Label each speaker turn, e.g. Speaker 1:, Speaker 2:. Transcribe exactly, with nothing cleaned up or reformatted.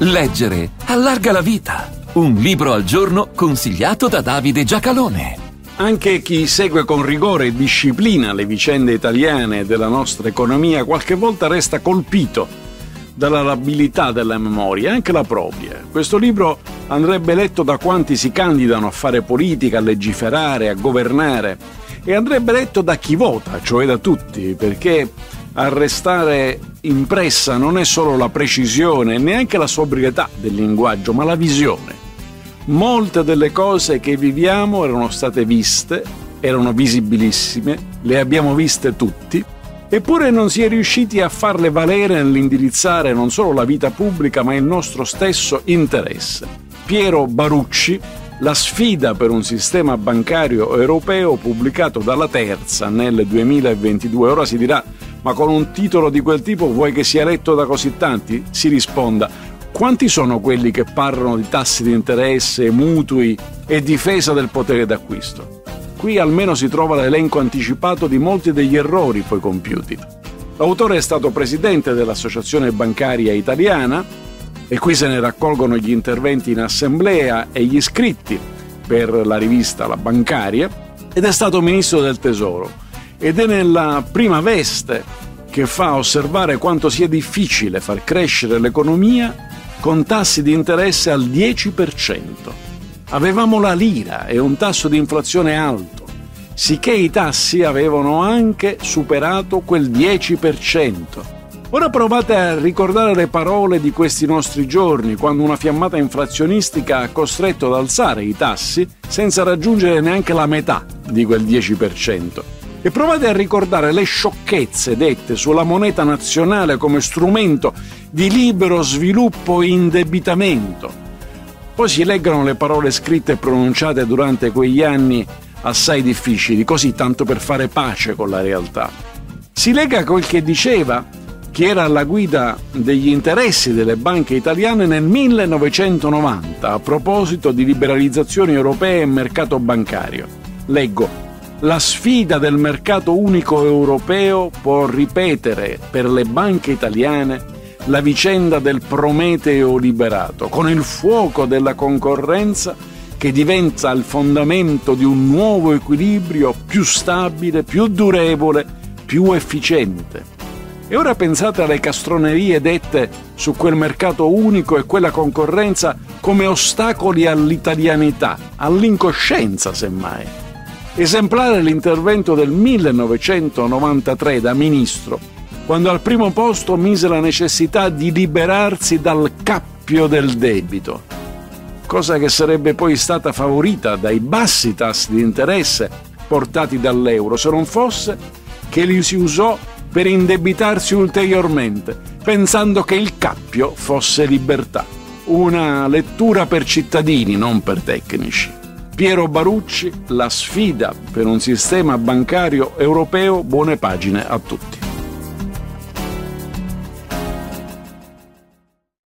Speaker 1: Leggere allarga la vita. Un libro al giorno consigliato da Davide Giacalone.
Speaker 2: Anche chi segue con rigore e disciplina le vicende italiane e della nostra economia qualche volta resta colpito dalla labilità della memoria, anche la propria. Questo libro andrebbe letto da quanti si candidano a fare politica, a legiferare, a governare, e andrebbe letto da chi vota, cioè da tutti, perché a restare impressa non è solo la precisione, neanche la sobrietà del linguaggio, ma la visione. Molte delle cose che viviamo erano state viste, erano visibilissime, le abbiamo viste tutti, eppure non si è riusciti a farle valere nell'indirizzare non solo la vita pubblica, ma il nostro stesso interesse. Piero Barucci, La sfida per un sistema bancario europeo, pubblicato dalla Terza nel duemilaventidue. Ora si dirà, ma con un titolo di quel tipo vuoi che sia letto da così tanti? Si risponda, quanti sono quelli che parlano di tassi di interesse, mutui e difesa del potere d'acquisto? Qui almeno si trova l'elenco anticipato di molti degli errori poi compiuti. L'autore è stato presidente dell'Associazione Bancaria Italiana, e qui se ne raccolgono gli interventi in assemblea e gli scritti per la rivista La Bancaria, ed è stato ministro del Tesoro, ed è nella prima veste che fa osservare quanto sia difficile far crescere l'economia con tassi di interesse al dieci per cento. Avevamo la lira e un tasso di inflazione alto, sicché i tassi avevano anche superato quel dieci per cento. Ora provate a ricordare le parole di questi nostri giorni, quando una fiammata inflazionistica ha costretto ad alzare i tassi senza raggiungere neanche la metà di quel dieci per cento. E provate a ricordare le sciocchezze dette sulla moneta nazionale come strumento di libero sviluppo e indebitamento. Poi si leggano le parole scritte e pronunciate durante quegli anni assai difficili, così tanto per fare pace con la realtà. Si legga quel che diceva chi era alla guida degli interessi delle banche italiane nel millenovecentonovanta a proposito di liberalizzazioni europee e mercato bancario. Leggo: la sfida del mercato unico europeo può ripetere per le banche italiane la vicenda del Prometeo liberato, con il fuoco della concorrenza che diventa il fondamento di un nuovo equilibrio più stabile, più durevole, più efficiente. E ora pensate alle castronerie dette su quel mercato unico e quella concorrenza come ostacoli all'italianità, all'incoscienza semmai. Esemplare l'intervento del millenovecentonovantatré da ministro, quando al primo posto mise la necessità di liberarsi dal cappio del debito, cosa che sarebbe poi stata favorita dai bassi tassi di interesse portati dall'euro, se non fosse che li si usò per indebitarsi ulteriormente, pensando che il cappio fosse libertà. Una lettura per cittadini, non per tecnici. Piero Barucci, La sfida per un sistema bancario europeo, buone pagine a tutti.